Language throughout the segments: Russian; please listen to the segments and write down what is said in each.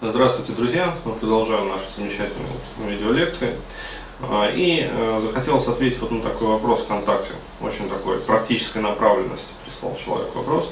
Здравствуйте, друзья! Мы продолжаем наши замечательные видеолекции. И захотелось ответить вот на такой вопрос ВКонтакте. Очень такой практической направленности прислал человек вопрос.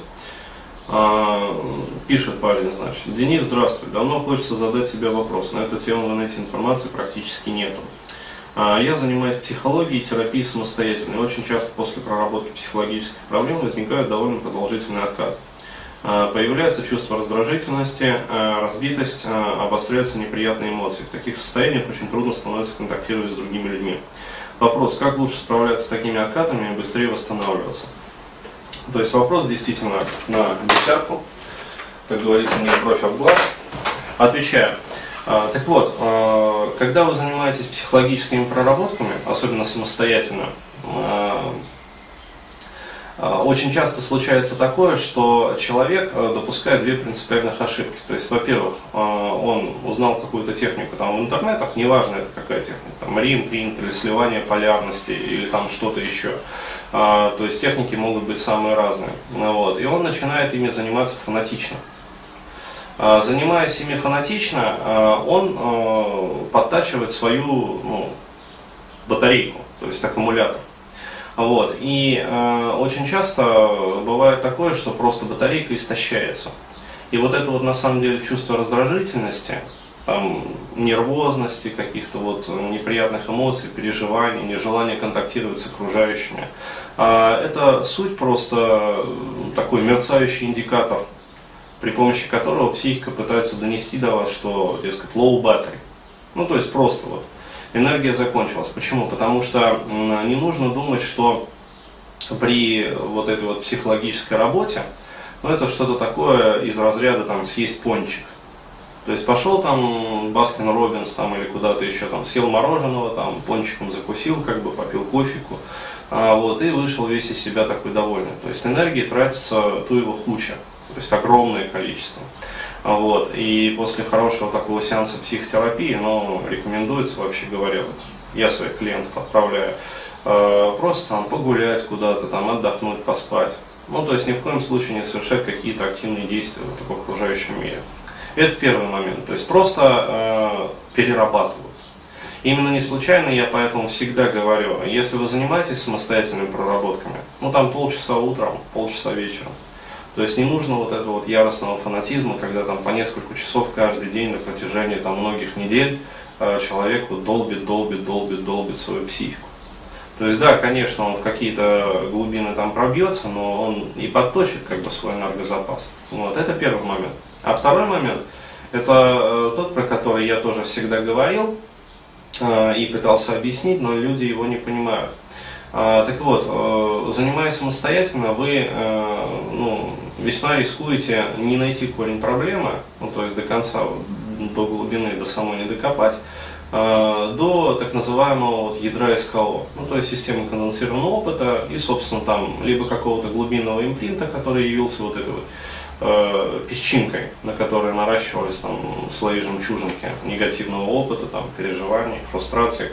Пишет парень, значит: Денис, здравствуй. Давно хочется задать тебе вопрос. На эту тему в инете информации практически нету. Я занимаюсь психологией и терапией самостоятельно. И очень часто после проработки психологических проблем возникают довольно продолжительные откаты. Появляется чувство раздражительности, разбитость, обостряются неприятные эмоции. В таких состояниях очень трудно становится контактировать с другими людьми. Вопрос: как лучше справляться с такими откатами и быстрее восстанавливаться? То есть вопрос действительно на десятку, как говорится, не в бровь, а в глаз. Отвечаю. Так вот, когда вы занимаетесь психологическими проработками, особенно самостоятельно, очень часто случается такое, что человек допускает две принципиальных ошибки. То есть, во-первых, он узнал какую-то технику там в интернетах, неважно это какая техника, там римпринт или сливание полярности или там что-то еще. То есть техники могут быть самые разные. Вот. И он начинает ими заниматься фанатично. Занимаясь ими фанатично, он подтачивает свою батарейку, то есть аккумулятор. Вот. И очень часто бывает такое, что просто батарейка истощается. И вот это вот на самом деле чувство раздражительности, там, нервозности, каких-то вот неприятных эмоций, переживаний, нежелания контактировать с окружающими, это суть просто такой мерцающий индикатор, при помощи которого психика пытается донести до вас, что, дескать, low battery. Ну, то есть просто вот энергия закончилась. Почему? Потому что не нужно думать, что при вот этой вот психологической работе, это что-то такое из разряда там съесть пончик. То есть пошел там Баскин Роббинс там или куда-то еще там, съел мороженого, там пончиком закусил, как бы попил кофейку, вот, и вышел весь из себя такой довольный. То есть энергии тратится туево хуча, то есть огромное количество. Вот. И после хорошего такого сеанса психотерапии, рекомендуется, вообще говоря, вот, я своих клиентов отправляю просто там погулять куда-то, там отдохнуть, поспать. То есть ни в коем случае не совершать какие-то активные действия в окружающем мире. Это первый момент. То есть просто перерабатывают. Именно не случайно я поэтому всегда говорю, если вы занимаетесь самостоятельными проработками, там полчаса утром, полчаса вечером. То есть не нужно вот этого вот яростного фанатизма, когда там по несколько часов каждый день на протяжении там многих недель человек вот долбит свою психику. То есть да, конечно, он в какие-то глубины там пробьется, но он и подточит как бы свой энергозапас. Вот, это первый момент. А второй момент, это тот, про который я тоже всегда говорил и пытался объяснить, но люди его не понимают. Так вот, занимаясь самостоятельно, вы весьма рискуете не найти корень проблемы, то есть до конца, до глубины, до самой не докопать, до так называемого вот ядра СКО, то есть системы конденсированного опыта и, собственно, там либо какого-то глубинного импринта, который явился вот этой вот песчинкой, на которой наращивались там слои жемчужинки негативного опыта, там, переживаний, фрустраций.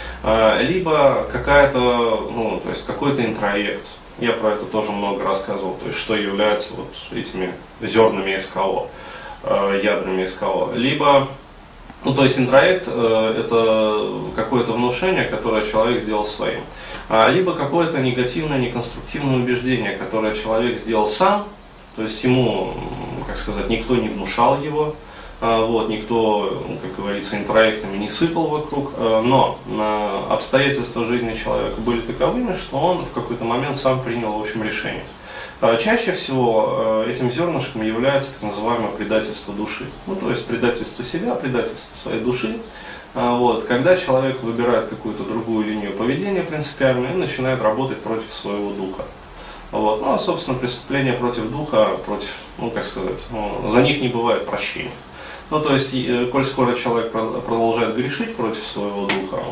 Либо какая-то, то есть какой-то интроект. Я про это тоже много рассказывал, то есть что является вот этими зернами СКО, ядрами СКО. Либо, то есть интроект это какое-то внушение, которое человек сделал своим. Либо какое-то негативное, неконструктивное убеждение, которое человек сделал сам, то есть ему, как сказать, никто не внушал его. Вот, никто, как говорится, интроектами не сыпал вокруг, но обстоятельства жизни человека были таковыми, что он в какой-то момент сам принял, в общем, решение. Чаще всего этим зернышком является так называемое предательство души. То есть предательство себя, предательство своей души. Вот, когда человек выбирает какую-то другую линию поведения принципиальную и начинает работать против своего духа. Вот. А, собственно, преступления против духа, за них не бывает прощения. То есть, коль скоро человек продолжает грешить против своего духа,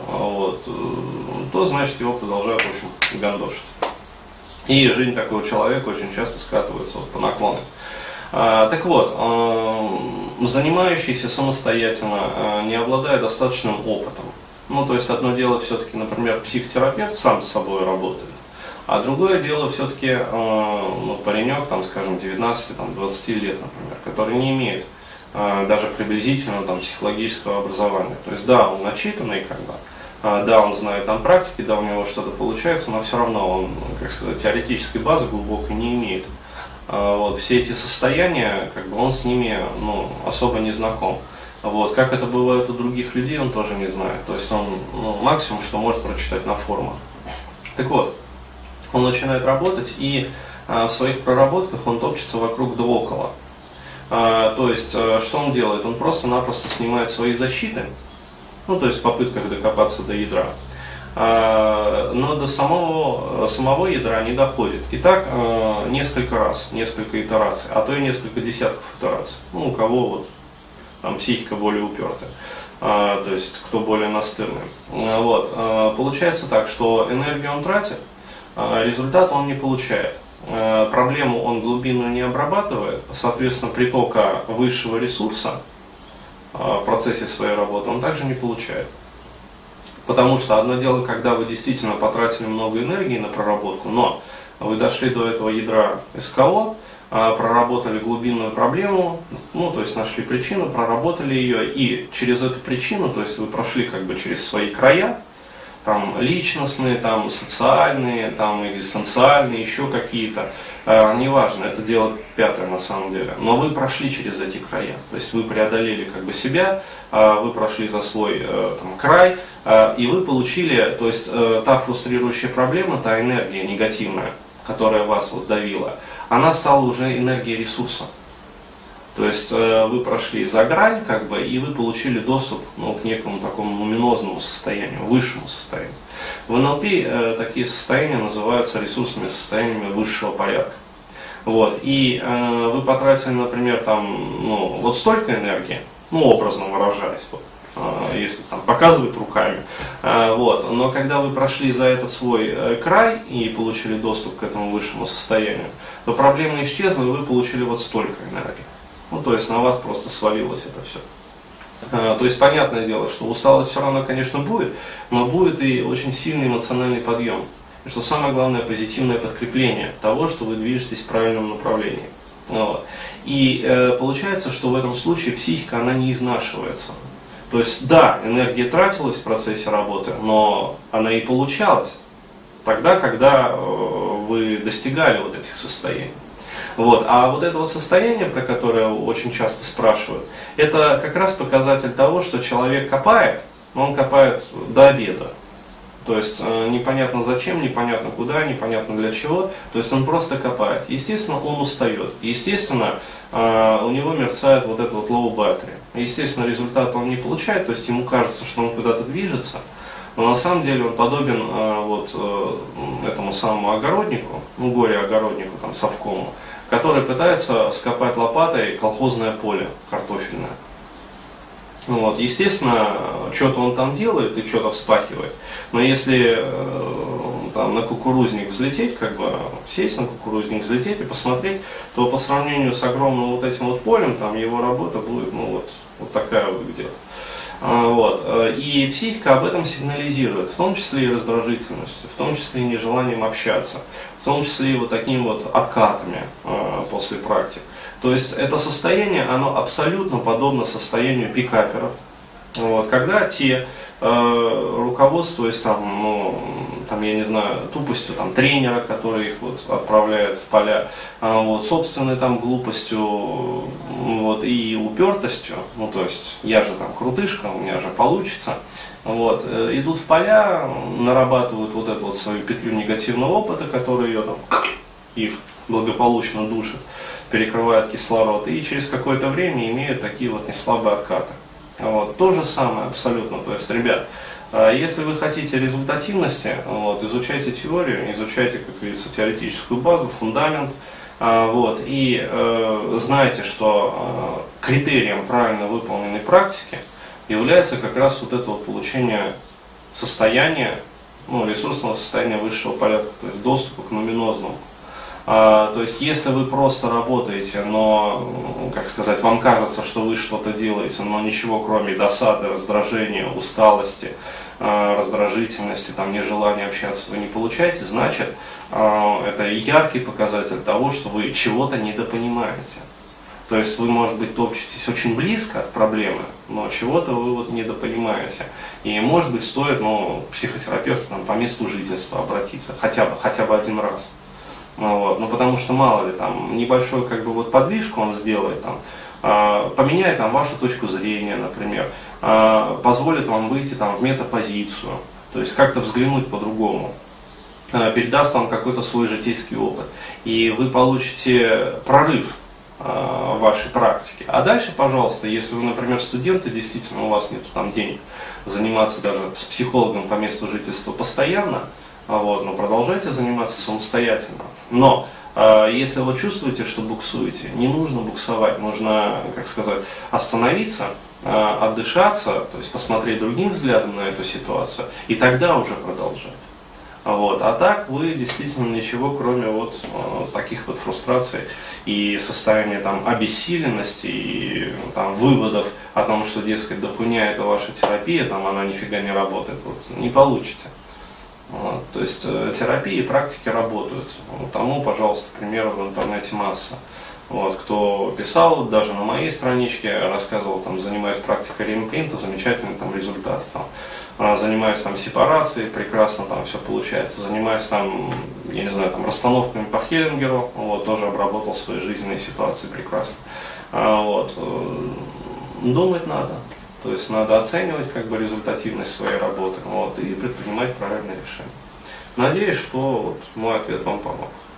то значит его продолжают, в общем, гандошить. И жизнь такого человека очень часто скатывается по наклону. Так вот, занимающийся самостоятельно, не обладая достаточным опытом. То есть одно дело все-таки, например, психотерапевт сам с собой работает, а другое дело все-таки паренек, там, скажем, 19-20 лет, например, который не имеет даже приблизительно там, психологического образования. То есть да, он начитанный, как бы, да, он знает там практики, да, у него что-то получается, но все равно он, как сказать, теоретической базы глубокой не имеет. Вот, все эти состояния, как бы, он с ними особо не знаком. Вот, как это бывает у других людей, он тоже не знает. То есть он максимум, что может прочитать на форумах. Так вот, он начинает работать, и в своих проработках он топчется вокруг да около. То есть, что он делает? Он просто-напросто снимает свои защиты, то есть в попытках докопаться до ядра, но до самого ядра не доходит. И так несколько раз, несколько итераций, а то и несколько десятков итераций. У кого вот там психика более упертая, то есть кто более настырный. Вот. Получается так, что энергию он тратит, результат он не получает. Проблему он глубинную не обрабатывает, соответственно, притока высшего ресурса в процессе своей работы он также не получает. Потому что одно дело, когда вы действительно потратили много энергии на проработку, но вы дошли до этого ядра СКО, проработали глубинную проблему, то есть нашли причину, проработали ее, и через эту причину, то есть вы прошли как бы через свои края, там личностные, там социальные, там экзистенциальные, еще какие-то, неважно, это дело пятое на самом деле, но вы прошли через эти края, то есть вы преодолели как бы себя, вы прошли за свой край, и вы получили, то есть та фрустрирующая проблема, та энергия негативная, которая вас вот давила, она стала уже энергией ресурса. То есть вы прошли за грань, как бы, и вы получили доступ к некому такому луминозному состоянию, высшему состоянию. В НЛП такие состояния называются ресурсными состояниями высшего порядка. Вот. И вы потратили, например, вот столько энергии, образно выражаясь, если там показывать руками, вот. Но когда вы прошли за этот свой край и получили доступ к этому высшему состоянию, то проблема исчезла, и вы получили вот столько энергии. То есть на вас просто свалилось это все. То есть понятное дело, что усталость все равно, конечно, будет, но будет и очень сильный эмоциональный подъем. И что самое главное, позитивное подкрепление того, что вы движетесь в правильном направлении. Вот. И получается, что в этом случае психика, она не изнашивается. То есть да, энергия тратилась в процессе работы, но она и получалась тогда, когда вы достигали вот этих состояний. Вот. А вот это вот состояние, про которое очень часто спрашивают, это как раз показатель того, что человек копает, но он копает до обеда. То есть непонятно зачем, непонятно куда, непонятно для чего. То есть он просто копает. Естественно, он устает. Естественно, у него мерцает вот это вот low battery. Естественно, результат он не получает, то есть ему кажется, что он куда-то движется. Но на самом деле он подобен этому самому огороднику, горе-огороднику, совкому, который пытается скопать лопатой колхозное поле картофельное. Вот. Естественно, что-то он там делает и что-то вспахивает. Но если на кукурузник взлететь, сесть на кукурузник, взлететь и посмотреть, то по сравнению с огромным вот этим вот полем, его работа будет вот такая вот где-то. Вот. И психика об этом сигнализирует, в том числе и раздражительностью, в том числе и нежеланием общаться, в том числе и вот такими вот откатами после практик. То есть это состояние, оно абсолютно подобно состоянию пикаперов. Вот. Когда те, руководствуясь я не знаю, тупостью тренера, который их отправляет в поля, собственной глупостью и упертостью, то есть я же крутышка, у меня же получится, идут в поля, нарабатывают вот эту свою петлю негативного опыта, который их благополучно душит, перекрывает кислород, и через какое-то время имеют такие неслабые откаты. То же самое абсолютно. То есть, ребят, если вы хотите результативности, изучайте теорию, изучайте, как говорится, теоретическую базу, фундамент, и знайте, что критерием правильно выполненной практики является как раз это получение состояния, ресурсного состояния высшего порядка, то есть доступа к нуминозному. То есть, если вы просто работаете, но, вам кажется, что вы что-то делаете, но ничего кроме досады, раздражения, усталости, раздражительности, нежелания общаться вы не получаете, значит, это яркий показатель того, что вы чего-то недопонимаете. То есть вы, может быть, топчетесь очень близко от проблемы, но чего-то вы вот недопонимаете. И, может быть, стоит, к психотерапевту там, по месту жительства обратиться хотя бы один раз. Вот. Ну, потому что, мало ли, там, небольшой подвижку он сделает, поменяет вашу точку зрения, например, позволит вам выйти в метапозицию, то есть как-то взглянуть по-другому, передаст вам какой-то свой житейский опыт, и вы получите прорыв вашей практики. А дальше, пожалуйста, если вы, например, студенты, действительно у вас нет денег заниматься даже с психологом по месту жительства постоянно, но продолжайте заниматься самостоятельно. Но если вы чувствуете, что буксуете, не нужно буксовать, нужно, остановиться, отдышаться, то есть посмотреть другим взглядом на эту ситуацию, и тогда уже продолжать. А так вы действительно ничего, кроме таких фрустраций и состояния обессиленности и выводов о том, что, дескать, да хуйня это ваша терапия, она нифига не работает, не получите. То есть терапии и практики работают. Тому, пожалуйста, примеров в интернете масса. Кто писал, даже на моей страничке рассказывал, занимаюсь практикой реимплинта, замечательный результат. Занимаюсь сепарацией, прекрасно все получается. Занимаюсь расстановками по Хеллингеру, тоже обработал свои жизненные ситуации прекрасно. Думать надо. То есть надо оценивать результативность своей работы и предпринимать правильные решения. Надеюсь, что мой ответ вам помог.